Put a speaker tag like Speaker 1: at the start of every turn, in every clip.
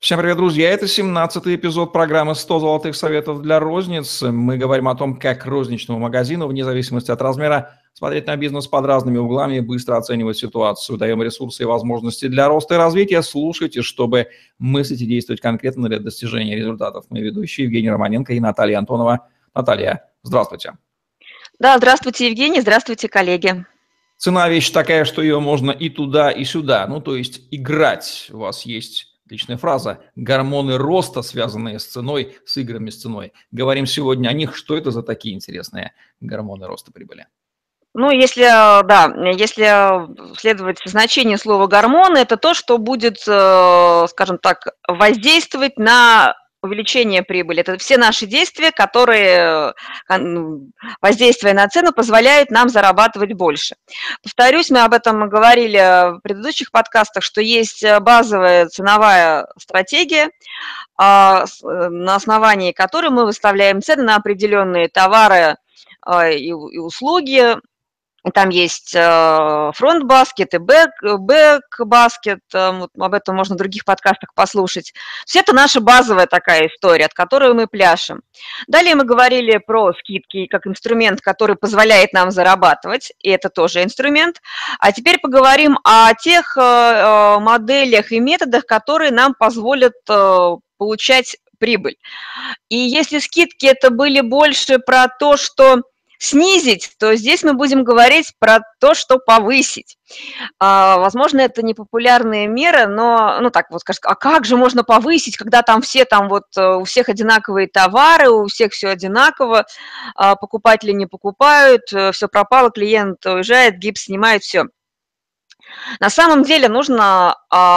Speaker 1: Всем привет, друзья! Это 17-й эпизод программы «100 золотых советов для розницы». Мы говорим о том, как розничному магазину, вне зависимости от размера, смотреть на бизнес под разными углами и быстро оценивать ситуацию. Даем ресурсы и возможности для роста и развития. Слушайте, чтобы мыслить и действовать конкретно для достижения результатов. Мы ведущие Евгений Романенко и Наталья Антонова. Наталья, здравствуйте.
Speaker 2: Да, здравствуйте, Евгений, здравствуйте, коллеги.
Speaker 1: Цена вещь такая, что ее можно и туда, и сюда. Ну, то есть играть. У вас есть отличная фраза. Гормоны роста, связанные с ценой, с играми с ценой. Говорим сегодня о них. Что это за такие интересные гормоны роста прибыли?
Speaker 2: Ну, если следовать значению слова «гормоны», это то, что будет, скажем так, воздействовать на увеличение прибыли. Это все наши действия, которые, воздействуя на цену, позволяют нам зарабатывать больше. Повторюсь, мы об этом говорили в предыдущих подкастах, что есть базовая ценовая стратегия, на основании которой мы выставляем цены на определенные товары и услуги. Там есть фронт-баскет и бэк-баскет, об этом можно в других подкастах послушать. Все это наша базовая такая история, от которой мы пляшем. Далее мы говорили про скидки как инструмент, который позволяет нам зарабатывать, и это тоже инструмент. А теперь поговорим о тех моделях и методах, которые нам позволят получать прибыль. И если скидки это были больше про то, что снизить, то здесь мы будем говорить про то, что повысить. Возможно, это непопулярные меры, но, ну так вот скажешь, а как же можно повысить, когда там все там вот у всех одинаковые товары, у всех все одинаково, покупатели не покупают, все пропало, клиент уезжает, гипс снимает, все. На самом деле нужно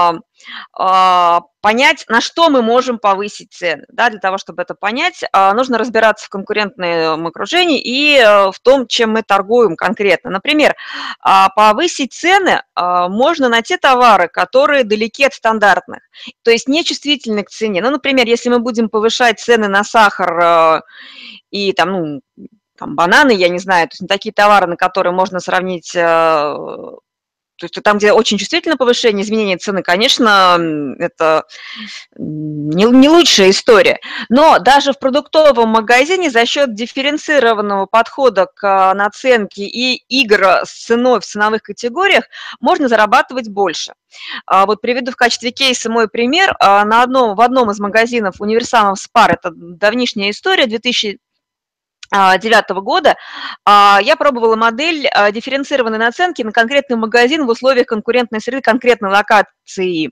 Speaker 2: понять, на что мы можем повысить цены. Да, для того, чтобы это понять, нужно разбираться в конкурентном окружении и в том, чем мы торгуем конкретно. Например, повысить цены можно на те товары, которые далеки от стандартных, то есть не чувствительны к цене. Ну, например, если мы будем повышать цены на сахар и там, бананы, я не знаю, то есть такие товары, на которые можно сравнить... То есть там, где очень чувствительно повышение, изменение цены, конечно, это не лучшая история. Но даже в продуктовом магазине за счет дифференцированного подхода к наценке и игр с ценой в ценовых категориях можно зарабатывать больше. Вот приведу в качестве кейса мой пример. В одном из магазинов универсамов Spar, это давнишняя история, 2009 года, я пробовала модель дифференцированной наценки на конкретный магазин в условиях конкурентной среды, конкретной локации.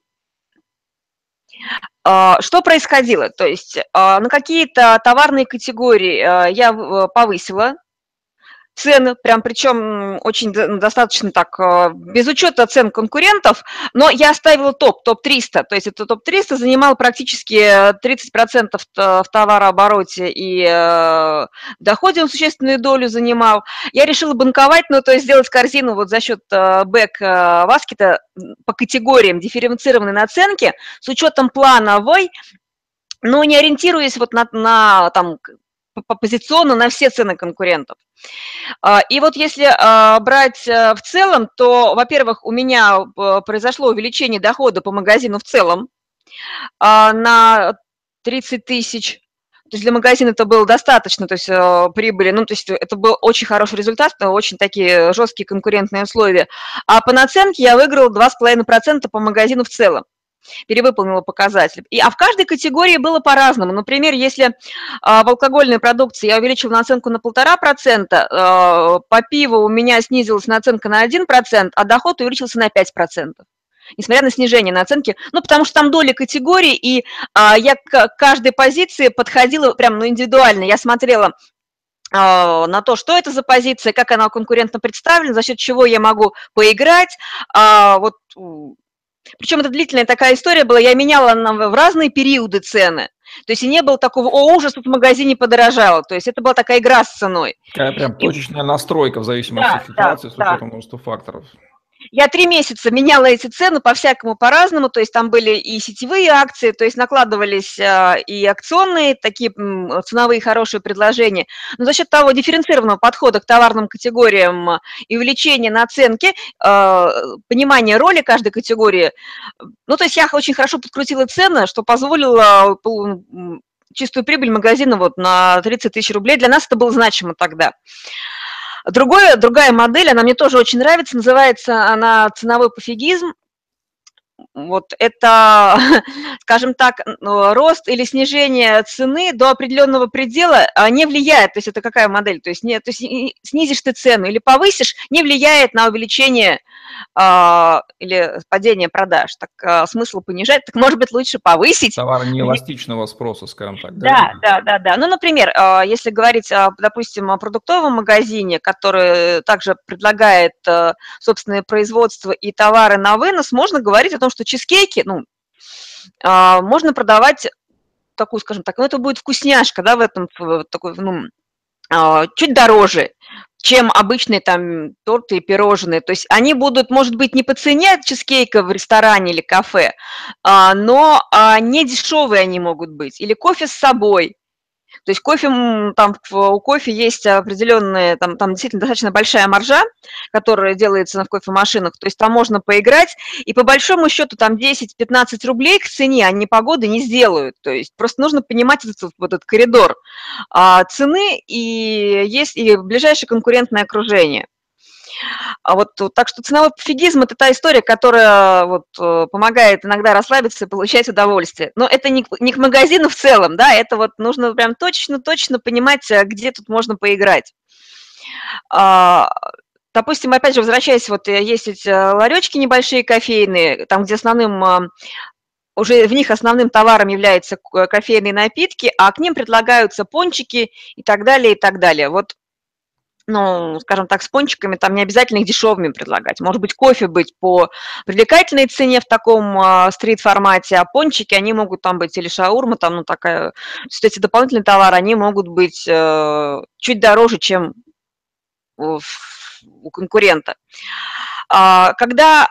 Speaker 2: Что происходило? То есть на какие-то товарные категории я повысила цены, причем очень достаточно так, без учета цен конкурентов, но я оставила топ-300, то есть это топ-300 занимал практически 30% в товарообороте и в доходе он существенную долю занимал. Я решила банковать, то есть сделать корзину вот за счет бэк-баскета по категориям дифференцированной наценки с учетом плановой, но не ориентируясь вот позиционно на все цены конкурентов. И вот если брать в целом, то, во-первых, у меня произошло увеличение дохода по магазину в целом на 30 тысяч. То есть для магазина это было достаточно, то есть прибыли, то есть это был очень хороший результат, очень такие жесткие конкурентные условия. А по наценке я выиграла 2,5% по магазину в целом. Перевыполнила показатель. А в каждой категории было по-разному. Например, если в алкогольной продукции я увеличила наценку на 1,5%, по пиву у меня снизилась наценка на 1%, а доход увеличился на 5%. Несмотря на снижение наценки, потому что там доля категорий, и я к каждой позиции подходила прям индивидуально. Я смотрела на то, что это за позиция, как она конкурентно представлена, за счет чего я могу поиграть. Причем это длительная такая история была, я меняла в разные периоды цены. То есть и не было такого, ужас, тут в магазине подорожало. То есть это была такая игра с ценой.
Speaker 1: Такая прям точечная настройка в зависимости от ситуации, с учетом множества факторов.
Speaker 2: Я 3 месяца меняла эти цены по-всякому, по-разному, то есть там были и сетевые акции, то есть накладывались и акционные такие ценовые хорошие предложения. Но за счет того дифференцированного подхода к товарным категориям и увеличения наценки, понимания роли каждой категории, ну, то есть я очень хорошо подкрутила цены, что позволило чистую прибыль магазина вот на 30 тысяч рублей. Для нас это было значимо тогда. Другая модель, она мне тоже очень нравится, называется она ценовой пофигизм. Вот это, скажем так, рост или снижение цены до определенного предела не влияет. То есть это какая модель? То есть снизишь ты цену или повысишь, не влияет на увеличение или падение продаж. Так смысл понижать, так может быть лучше повысить.
Speaker 1: Товар неэластичного спроса, скажем так.
Speaker 2: Да. Ну, например, если говорить, допустим, о продуктовом магазине, который также предлагает собственное производство и товары на вынос, можно говорить о том, что чизкейки, можно продавать такую, скажем так, это будет вкусняшка, да, в этом такой, чуть дороже, чем обычные там торты и пирожные. То есть они будут, может быть, не по цене чизкейка в ресторане или кафе, но не дешевые они могут быть. Или кофе с собой. То есть кофе, у кофе есть определенная, там действительно достаточно большая маржа, которая делается на кофемашинах, то есть там можно поиграть, и по большому счету там 10-15 рублей к цене они погоды не сделают, то есть просто нужно понимать этот коридор цены и есть и ближайшее конкурентное окружение. Так что ценовой пофигизм – это та история, которая помогает иногда расслабиться и получать удовольствие. Но это не к магазину в целом, да, это нужно прям точно понимать, где тут можно поиграть. Допустим, опять же, возвращаясь, есть эти ларечки небольшие кофейные, там, где уже в них основным товаром являются кофейные напитки, а к ним предлагаются пончики и так далее, и так далее. Скажем так, с пончиками там не обязательно их дешевыми предлагать. Может быть, кофе быть по привлекательной цене в таком стрит-формате, а пончики, они могут там быть, или шаурма, то есть эти дополнительные товары, они могут быть чуть дороже, чем у конкурента. Когда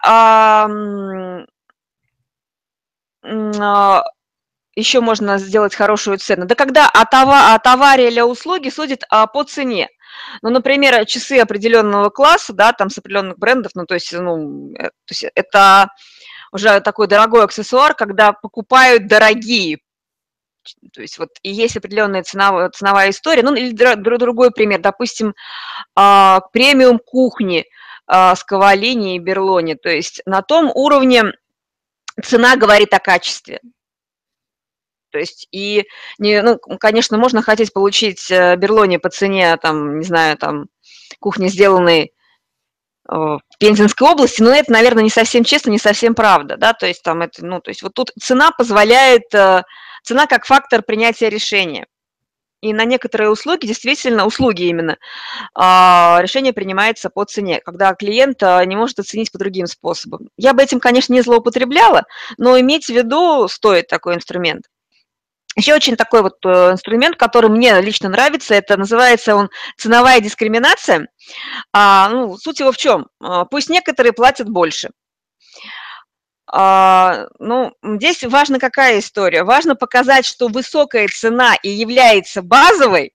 Speaker 2: еще можно сделать хорошую цену? Да когда о товаре или услуге судят по цене. Например, часы определенного класса, да, там с определенных брендов, то есть это уже такой дорогой аксессуар, когда покупают дорогие. То есть и есть определенная ценовая история. Или другой пример, допустим, премиум кухни с Ковалини и Берлони. То есть на том уровне цена говорит о качестве. То есть конечно, можно хотеть получить Берлони по цене, не знаю, кухни, сделанной в Пензенской области, но это, наверное, не совсем честно, не совсем правда, да, то есть тут цена позволяет, цена как фактор принятия решения. И на некоторые услуги, действительно, услуги именно, решение принимается по цене, когда клиент не может оценить по другим способам. Я бы этим, конечно, не злоупотребляла, но иметь в виду стоит такой инструмент. Еще очень такой инструмент, который мне лично нравится, это называется он ценовая дискриминация. Суть его в чем? Пусть некоторые платят больше. Здесь важна какая история? Важно показать, что высокая цена и является базовой,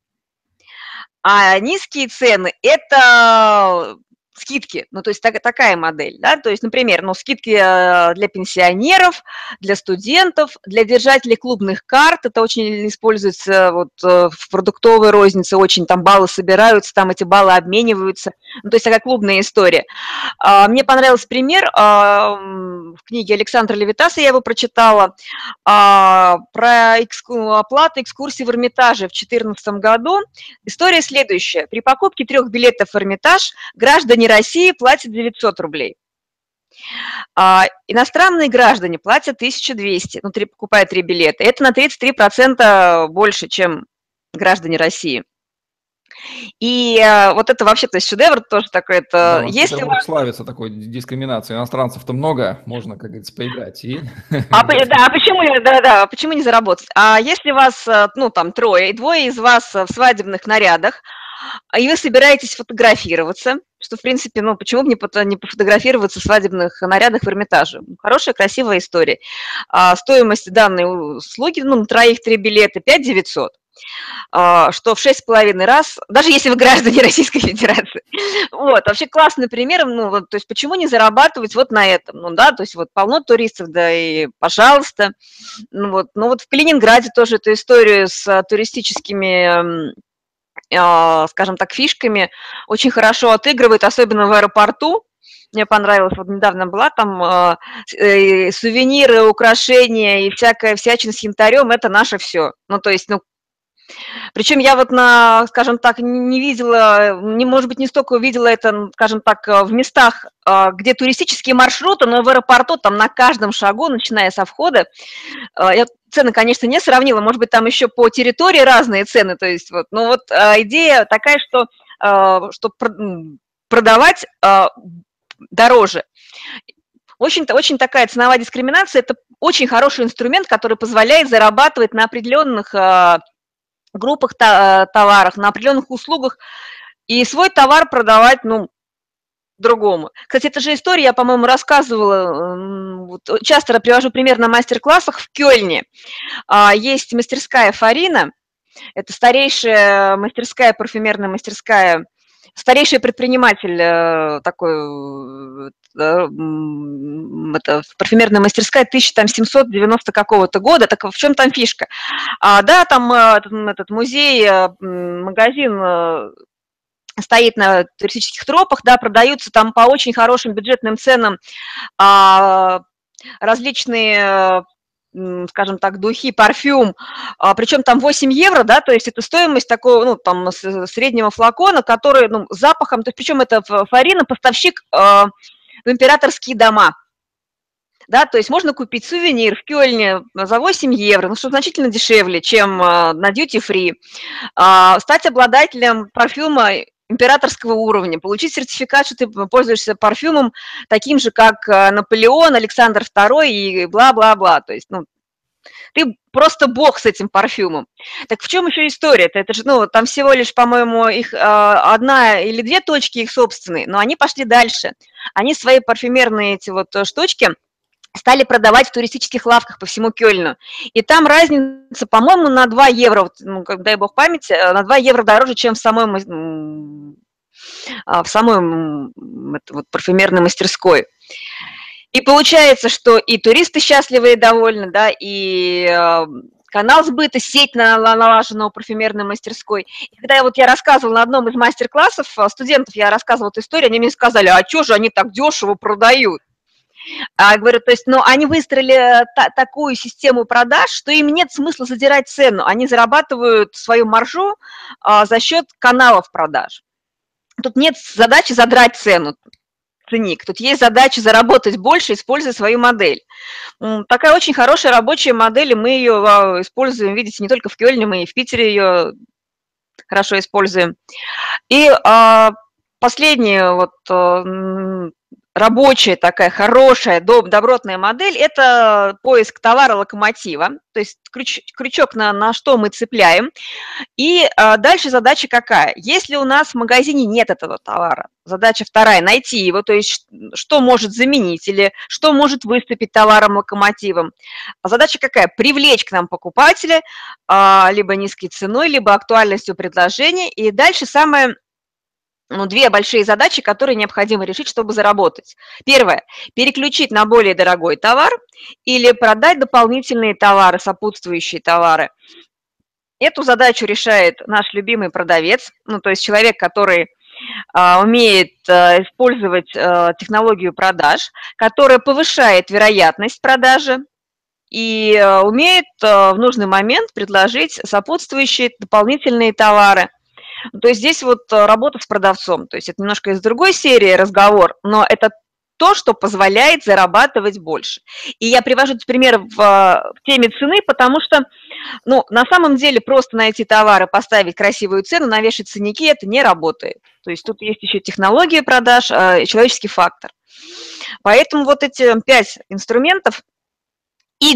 Speaker 2: а низкие цены – это скидки, то есть такая модель, да, то есть, например, скидки для пенсионеров, для студентов, для держателей клубных карт, это очень используется в продуктовой рознице, очень там баллы собираются, там эти баллы обмениваются, то есть такая клубная история. Мне понравился пример в книге Александра Левитаса, я его прочитала, про оплату экскурсии в Эрмитаже в 2014 году. История следующая. При покупке 3 билетов в Эрмитаж граждане России платят 900 рублей. Иностранные граждане платят 1200, покупая 3 билета. Это на 33% больше, чем граждане России. И это вообще, то есть шедевр тоже такой.
Speaker 1: Да, если славится такой дискриминацией, иностранцев-то много, можно, как говорится, поиграть.
Speaker 2: Почему не заработать? А если вас, 3, и 2 из вас в свадебных нарядах, и вы собираетесь фотографироваться, что, в принципе, ну, почему бы не пофотографироваться в свадебных нарядах в Эрмитаже? Красивая, красивая история. Стоимость данной услуги, ну, на троих 3 билета 5900. Что в 6,5 раз, даже если вы граждане Российской Федерации. Вот, вообще классный пример, ну, вот, то есть почему не зарабатывать вот на этом, ну, да, то есть вот полно туристов, да, и пожалуйста. Ну, вот в Калининграде тоже эту историю с туристическими, скажем так, фишками очень хорошо отыгрывают, особенно в аэропорту. Мне понравилось, вот недавно была там сувениры, украшения и всякая всячина с янтарем, это наше все. Ну, то есть, ну, причем я вот скажем так, не видела, может быть, не столько увидела это, скажем так, в местах, где туристические маршруты, но в аэропорту там на каждом шагу, начиная со входа, я цены, конечно, не сравнила, может быть, там еще по территории разные цены, то есть вот, но вот идея такая, что продавать дороже. Очень такая ценовая дискриминация – это очень хороший инструмент, который позволяет зарабатывать на определенных группах товаров, на определенных услугах и свой товар продавать, ну, другому. Кстати, эта же история, я, по-моему, рассказывала, часто привожу пример на мастер-классах в Кёльне. Есть мастерская Фарина, это старейшая мастерская, парфюмерная мастерская, старейший предприниматель такой, это парфюмерная мастерская 1790 какого-то года. Так в чем там фишка? Да, там этот музей, магазин стоит на туристических тропах, да, продаются там по очень хорошим бюджетным ценам различные, скажем так, духи, парфюм, причем там 8 евро, да, то есть это стоимость такого, ну, там, среднего флакона, который, ну, с запахом, то есть, причем это Фарина, поставщик в императорские дома, да, то есть можно купить сувенир в Кёльне за 8 евро, ну, что значительно дешевле, чем на duty-free, стать обладателем парфюма императорского уровня, получить сертификат, что ты пользуешься парфюмом таким же, как Наполеон, Александр II и бла-бла-бла. То есть, ну, ты просто бог с этим парфюмом. Так в чем еще история-то? Это же, ну, там всего лишь, по-моему, их 1 или 2 точки их собственные, но они пошли дальше. Они свои парфюмерные эти вот штучки стали продавать в туристических лавках по всему Кёльну. И там разница, по-моему, на 2 евро, ну, дай бог памяти, на 2 евро дороже, чем в самой вот, парфюмерной мастерской. И получается, что и туристы счастливы и довольны, да, и канал сбыта, сеть налажена у парфюмерной мастерской. И когда я рассказывала на одном из мастер-классов, студентов я рассказывала эту историю, они мне сказали, а что же они так дешево продают? Я говорю, то есть, ну, они выстроили такую систему продаж, что им нет смысла задирать цену. Они зарабатывают свою маржу за счет каналов продаж. Тут нет задачи задрать цену, ценник. Тут есть задача заработать больше, используя свою модель. Такая очень хорошая рабочая модель, и мы ее используем, видите, не только в Кёльне, мы и в Питере ее хорошо используем. И последняя вот рабочая такая хорошая, добротная модель – это поиск товара-локомотива, то есть крючок на что мы цепляем. И дальше задача какая? Если у нас в магазине нет этого товара, задача вторая – найти его, то есть что может заменить или что может выступить товаром-локомотивом. А задача какая? Привлечь к нам покупателя либо низкой ценой, либо актуальностью предложения. И дальше самое… Ну, 2 большие задачи, которые необходимо решить, чтобы заработать. Первое – переключить на более дорогой товар или продать дополнительные товары, сопутствующие товары. Эту задачу решает наш любимый продавец, ну, то есть человек, который умеет использовать технологию продаж, которая повышает вероятность продажи и умеет в нужный момент предложить сопутствующие дополнительные товары. То есть здесь вот работа с продавцом, то есть это немножко из другой серии разговор, но это то, что позволяет зарабатывать больше. И я привожу этот пример в теме цены, потому что, ну, на самом деле просто найти товары, поставить красивую цену, навешать ценники – это не работает. То есть тут есть еще технология продаж и человеческий фактор. Поэтому вот эти 5 инструментов, игр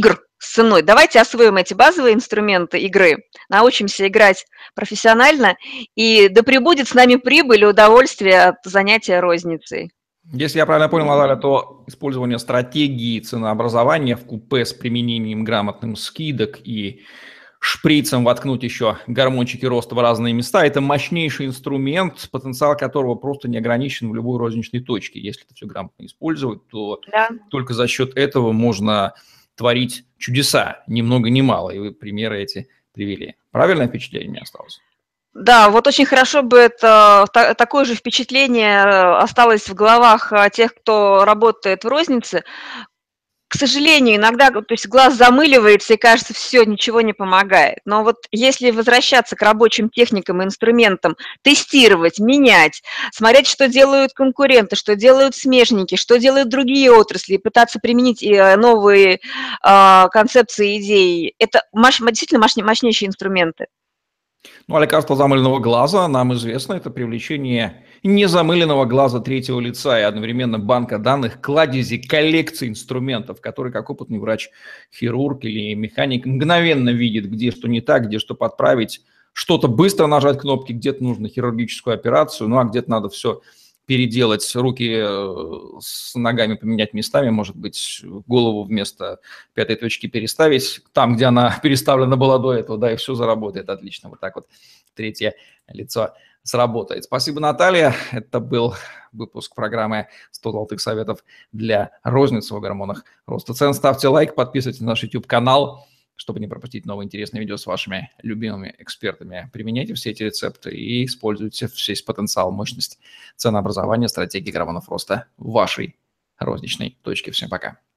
Speaker 2: с ценой. Давайте освоим эти базовые инструменты игры, научимся играть профессионально, и да пребудет с нами прибыль и удовольствие от занятия розницей.
Speaker 1: Если я правильно понял, Наталья, то использование стратегии ценообразования в купе с применением грамотных скидок и шприцем воткнуть еще гормончики роста в разные места – это мощнейший инструмент, потенциал которого просто не ограничен в любой розничной точке. Если это все грамотно использовать, то только за счет этого можно творить чудеса, ни много ни мало, и вы примеры эти привели. Правильное впечатление у меня осталось?
Speaker 2: Да, вот очень хорошо бы такое же впечатление осталось в головах тех, кто работает в рознице. К сожалению, иногда, то есть глаз замыливается и кажется, все, ничего не помогает. Но вот если возвращаться к рабочим техникам и инструментам, тестировать, менять, смотреть, что делают конкуренты, что делают смежники, что делают другие отрасли, и пытаться применить новые концепции, идеи, это действительно мощнейшие инструменты.
Speaker 1: Ну, а лекарство замыленного глаза, нам известно, это привлечение незамыленного глаза третьего лица и одновременно банка данных, кладези, коллекции инструментов, которые, как опытный врач-хирург или механик, мгновенно видит, где что не так, где что подправить, что-то быстро нажать кнопки, где-то нужно хирургическую операцию, ну а где-то надо все переделать, руки с ногами поменять местами, может быть, голову вместо пятой точки переставить там, где она переставлена была до этого, да, и все заработает отлично. Вот так вот третье лицо сработает. Спасибо, Наталья. Это был выпуск программы «100 золотых советов для розницы в гормонах роста цен». Ставьте лайк, подписывайтесь на наш YouTube-канал, чтобы не пропустить новые интересные видео с вашими любимыми экспертами. Применяйте все эти рецепты и используйте весь потенциал, мощность ценообразования, стратегии гормонов роста в вашей розничной точке. Всем пока.